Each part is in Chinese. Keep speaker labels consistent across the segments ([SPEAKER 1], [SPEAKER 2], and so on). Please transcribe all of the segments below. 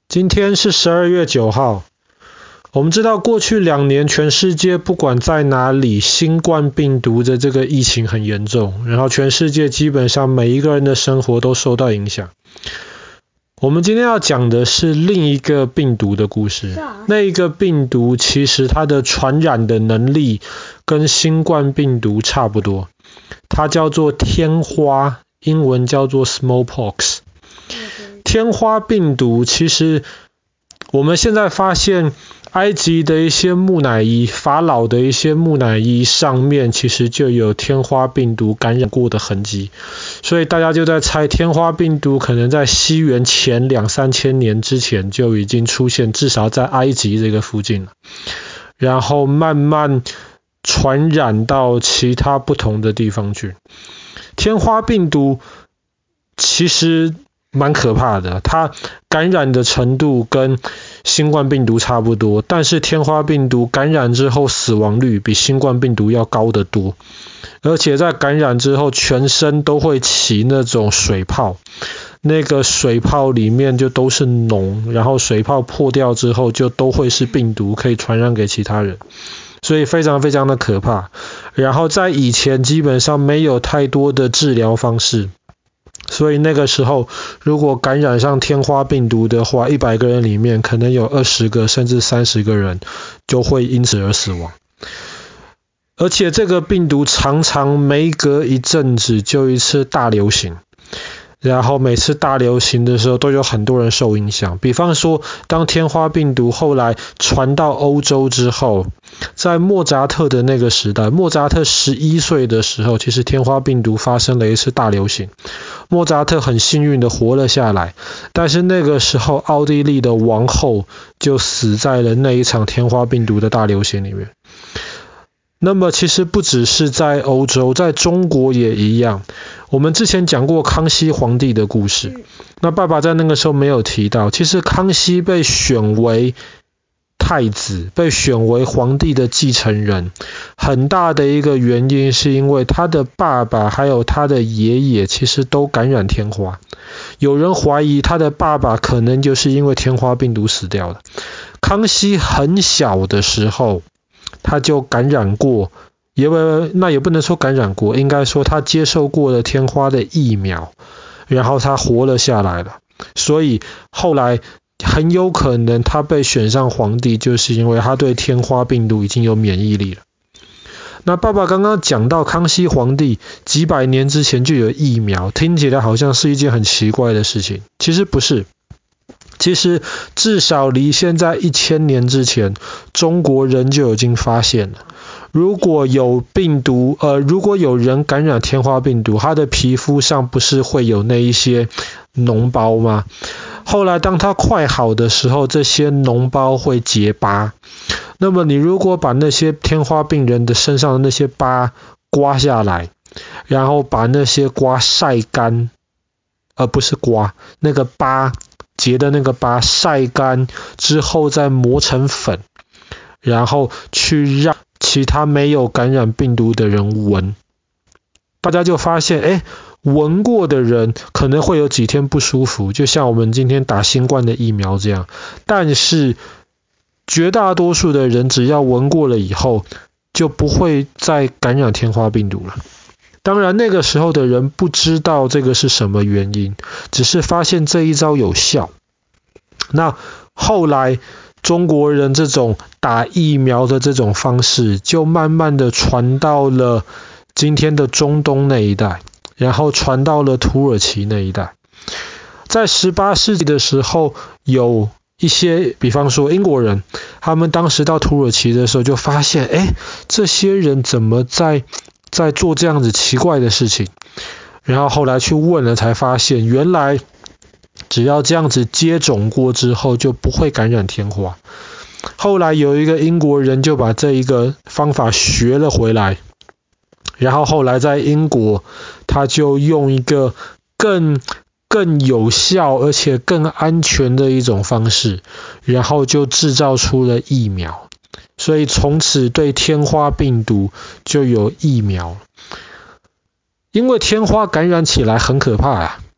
[SPEAKER 1] 今天是12月9号。我们知道过去2年全世界不管在哪里，新冠病毒的这个疫情很严重，然后全世界基本上每一个人的生活都受到影响。我们今天要讲的是另一个病毒的故事。那一个病毒其实它的传染的能力跟新冠病毒差不多，它叫做天花，英文叫做 smallpox。天花病毒其实我们现在发现埃及的一些木乃伊，法老的一些木乃伊上面其实就有天花病毒感染过的痕迹，所以大家就在猜天花病毒可能在西元前2-3千年之前就已经出现，至少在埃及这个附近了，然后慢慢传染到其他不同的地方去。天花病毒其实蛮可怕的，它感染的程度跟新冠病毒差不多，但是天花病毒感染之后死亡率比新冠病毒要高得多，而且在感染之后全身都会起那种水泡，那个水泡里面就都是脓，然后水泡破掉之后就都会是病毒，可以传染给其他人，所以非常非常的可怕。然后在以前基本上没有太多的治疗方式，所以那个时候如果感染上天花病毒的话，100个人里面可能有20个甚至30个人就会因此而死亡。而且这个病毒常常每隔一阵子就一次大流行，然后每次大流行的时候都有很多人受影响。比方说当天花病毒后来传到欧洲之后，在莫扎特的那个时代，莫扎特11岁的时候，其实天花病毒发生了一次大流行，莫扎特很幸运的活了下来，但是那个时候奥地利的王后就死在了那一场天花病毒的大流行里面。那么其实不只是在欧洲，在中国也一样。我们之前讲过康熙皇帝的故事，那爸爸在那个时候没有提到，其实康熙被选为太子，被选为皇帝的继承人，很大的一个原因是因为他的爸爸还有他的爷爷其实都感染天花，有人怀疑他的爸爸可能就是因为天花病毒死掉的。康熙很小的时候他就感染过，那也不能说感染过，应该说他接受过了天花的疫苗，然后他活了下来了，所以后来很有可能他被选上皇帝就是因为他对天花病毒已经有免疫力了。那爸爸刚刚讲到康熙皇帝几百年之前就有疫苗，听起来好像是一件很奇怪的事情，其实不是。其实至少离现在1000年之前，中国人就已经发现了，如果有人感染天花病毒，他的皮肤上不是会有那一些脓包吗？后来当他快好的时候，这些脓包会结疤，那么你如果把那些天花病人的身上的那些疤刮下来，然后把那些疤晒干，不是刮，那个疤结的那个疤晒干之后再磨成粉，然后去让其他没有感染病毒的人闻，大家就发现闻过的人可能会有几天不舒服，就像我们今天打新冠的疫苗这样，但是绝大多数的人只要闻过了以后就不会再感染天花病毒了。当然那个时候的人不知道这个是什么原因，只是发现这一招有效。那后来中国人这种打疫苗的这种方式就慢慢的传到了今天的中东那一带，然后传到了土耳其那一带。在18世纪的时候，有一些比方说英国人，他们当时到土耳其的时候就发现这些人怎么在做这样子奇怪的事情，然后后来去问了才发现，原来只要这样子接种过之后就不会感染天花。后来有一个英国人就把这一个方法学了回来，然后后来在英国他就用一个更有效而且更安全的一种方式，然后就制造出了疫苗，所以从此对天花病毒就有疫苗。因为天花感染起来很可怕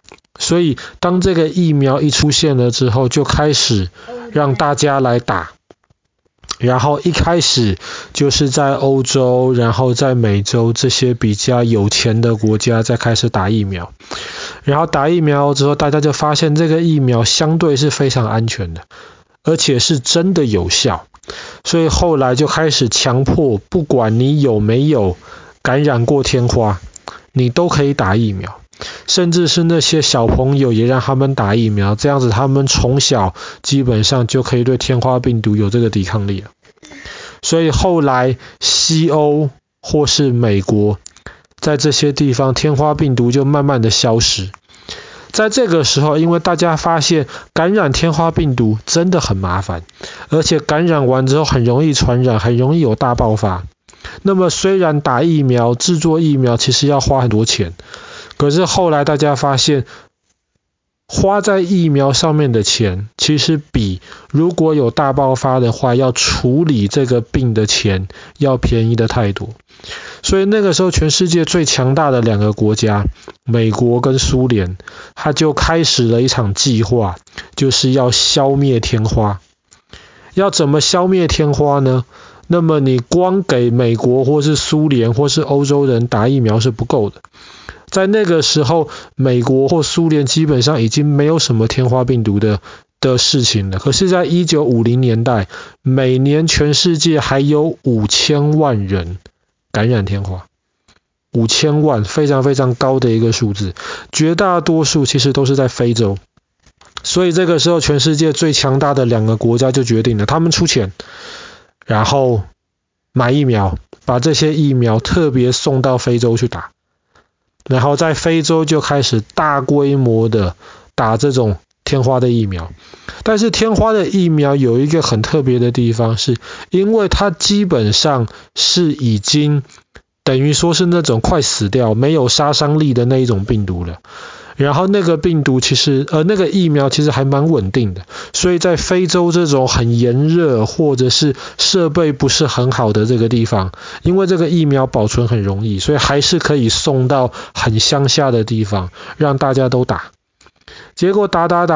[SPEAKER 1] 所以当这个疫苗一出现了之后，就开始让大家来打。然后一开始就是在欧洲，然后在美洲这些比较有钱的国家再开始打疫苗。然后打疫苗之后，大家就发现这个疫苗相对是非常安全的，而且是真的有效。所以后来就开始强迫，不管你有没有感染过天花，你都可以打疫苗。甚至是那些小朋友也让他们打疫苗，这样子他们从小基本上就可以对天花病毒有这个抵抗力了。所以后来西欧或是美国，在这些地方天花病毒就慢慢的消失。在这个时候，因为大家发现感染天花病毒真的很麻烦，而且感染完之后很容易传染，很容易有大爆发。那么虽然打疫苗、制作疫苗其实要花很多钱，可是后来大家发现，花在疫苗上面的钱，其实比如果有大爆发的话，要处理这个病的钱要便宜的太多。所以那个时候，全世界最强大的两个国家，美国跟苏联，他就开始了一场计划，就是要消灭天花。要怎么消灭天花呢？那么你光给美国或是苏联或是欧洲人打疫苗是不够的。在那个时候，美国或苏联基本上已经没有什么天花病毒的事情了。可是在1950年代，每年全世界还有5000万人感染天花。5000万，非常非常高的一个数字，绝大多数其实都是在非洲。所以这个时候，全世界最强大的两个国家就决定了，他们出钱，然后买疫苗，把这些疫苗特别送到非洲去打。然后在非洲就开始大规模的打这种天花的疫苗。但是天花的疫苗有一个很特别的地方，是因为它基本上是已经等于说是那种快死掉、没有杀伤力的那一种病毒了。然后那个病毒其实那个疫苗其实还蛮稳定的，所以在非洲这种很炎热或者是设备不是很好的这个地方，因为这个疫苗保存很容易，所以还是可以送到很乡下的地方让大家都打。结果打到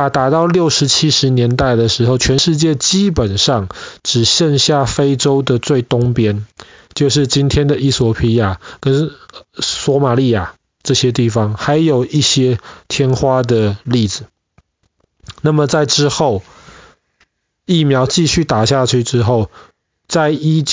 [SPEAKER 1] 60、70年代的时候，全世界基本上只剩下非洲的最东边，就是今天的伊索比亚跟索马利亚这些地方，还有一些天花的例子。那么在之后，疫苗继续打下去之后，在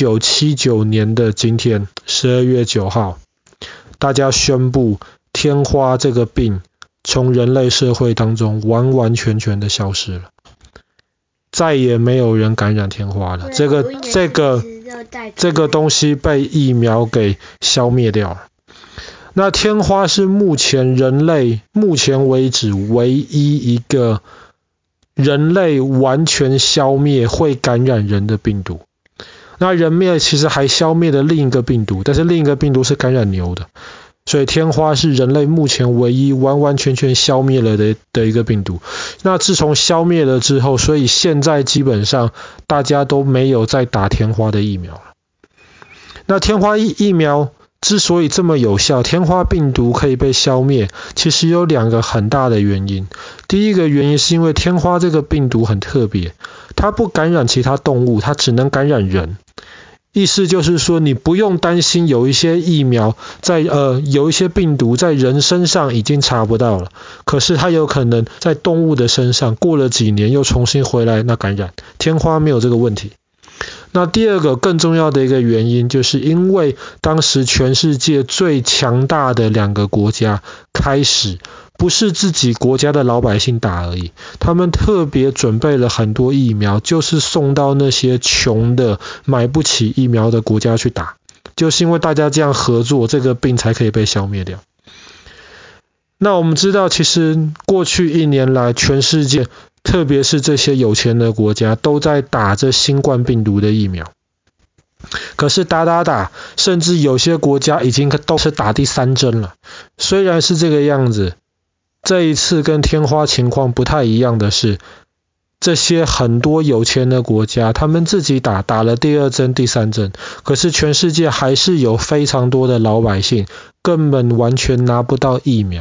[SPEAKER 1] 1979年的今天12月9号，大家宣布天花这个病从人类社会当中完完全全的消失了，再也没有人感染天花了。这个东西被疫苗给消灭掉了。那天花是目前为止唯一一个人类完全消灭会感染人的病毒。那人类其实还消灭了另一个病毒，但是另一个病毒是感染牛的。所以天花是人类目前唯一完完全全消灭了的一个病毒。那自从消灭了之后，所以现在基本上大家都没有再打天花的疫苗了。那天花疫苗之所以这么有效，天花病毒可以被消灭，其实有两个很大的原因。第一个原因是因为天花这个病毒很特别，它不感染其他动物，它只能感染人。意思就是说，你不用担心有一些疫苗有一些病毒在人身上已经查不到了，可是它有可能在动物的身上过了几年又重新回来那感染。天花没有这个问题。那第二个更重要的一个原因，就是因为当时全世界最强大的两个国家开始不是自己国家的老百姓打而已，他们特别准备了很多疫苗，就是送到那些穷的买不起疫苗的国家去打。就是因为大家这样合作，这个病才可以被消灭掉。那我们知道，其实过去1年来，全世界特别是这些有钱的国家都在打着新冠病毒的疫苗。可是打，甚至有些国家已经都是打第3针了。虽然是这个样子，这一次跟天花情况不太一样的是，这些很多有钱的国家，他们自己打了第2针、第3针，可是全世界还是有非常多的老百姓根本完全拿不到疫苗。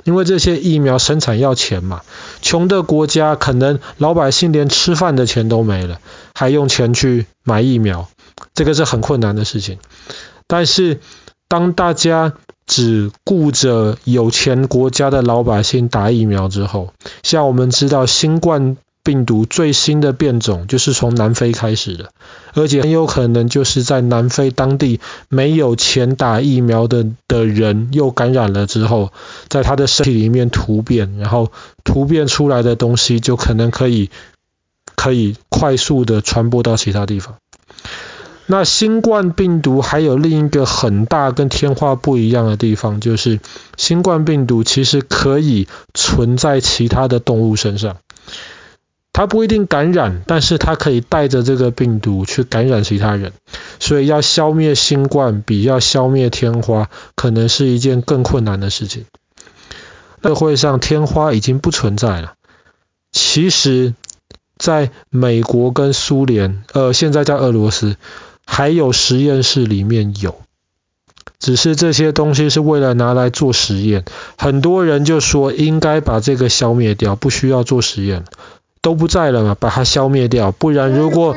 [SPEAKER 1] 因为这些疫苗生产要钱嘛，穷的国家可能老百姓连吃饭的钱都没了，还用钱去买疫苗，这个是很困难的事情。但是当大家只顾着有钱国家的老百姓打疫苗之后，像我们知道新冠病毒最新的变种就是从南非开始的，而且很有可能就是在南非当地没有钱打疫苗的人又感染了之后，在他的身体里面突变，然后突变出来的东西就可能可以快速的传播到其他地方。那新冠病毒还有另一个很大跟天花不一样的地方，就是新冠病毒其实可以存在其他的动物身上。它不一定感染，但是它可以带着这个病毒去感染其他人，所以要消灭新冠比要消灭天花可能是一件更困难的事情。社会上天花已经不存在了，其实在美国跟苏联，现在叫俄罗斯，还有实验室里面有，只是这些东西是为了拿来做实验，很多人就说应该把这个消灭掉，不需要做实验，都不在了嘛，把它消灭掉，不然如果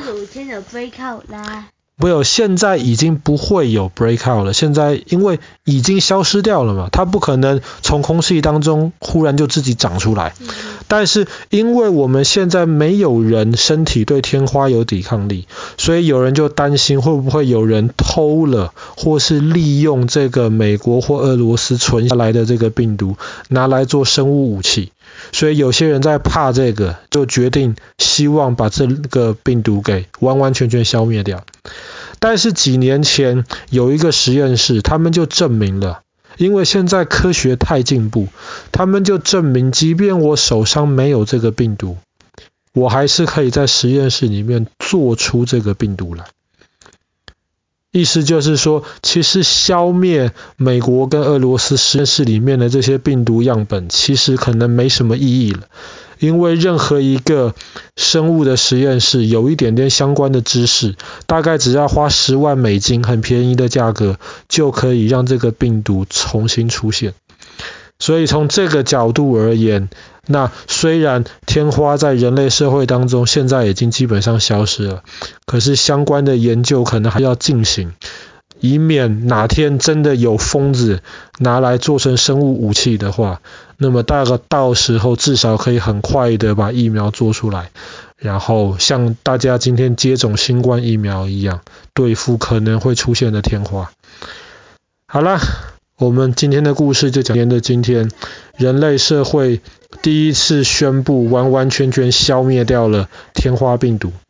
[SPEAKER 1] 没有，现在已经不会有 breakout 了，现在因为已经消失掉了嘛，它不可能从空气当中忽然就自己长出来。但是因为我们现在没有人身体对天花有抵抗力，所以有人就担心会不会有人偷了，或是利用这个美国或俄罗斯存下来的这个病毒拿来做生物武器。所以有些人在怕这个，就决定希望把这个病毒给完完全全消灭掉。但是几年前有一个实验室，他们就证明了，因为现在科学太进步，他们就证明即便我手上没有这个病毒，我还是可以在实验室里面做出这个病毒来。意思就是说，其实消灭美国跟俄罗斯实验室里面的这些病毒样本，其实可能没什么意义了。因为任何一个生物的实验室有一点点相关的知识，大概只要花$10万，很便宜的价格，就可以让这个病毒重新出现。所以从这个角度而言，那虽然天花在人类社会当中现在已经基本上消失了，可是相关的研究可能还要进行，以免哪天真的有疯子拿来做成生物武器的话，那么到时候至少可以很快的把疫苗做出来，然后像大家今天接种新冠疫苗一样，对付可能会出现的天花。好啦，我们今天的故事就讲到今天，人类社会第一次宣布完完全全消灭掉了天花病毒。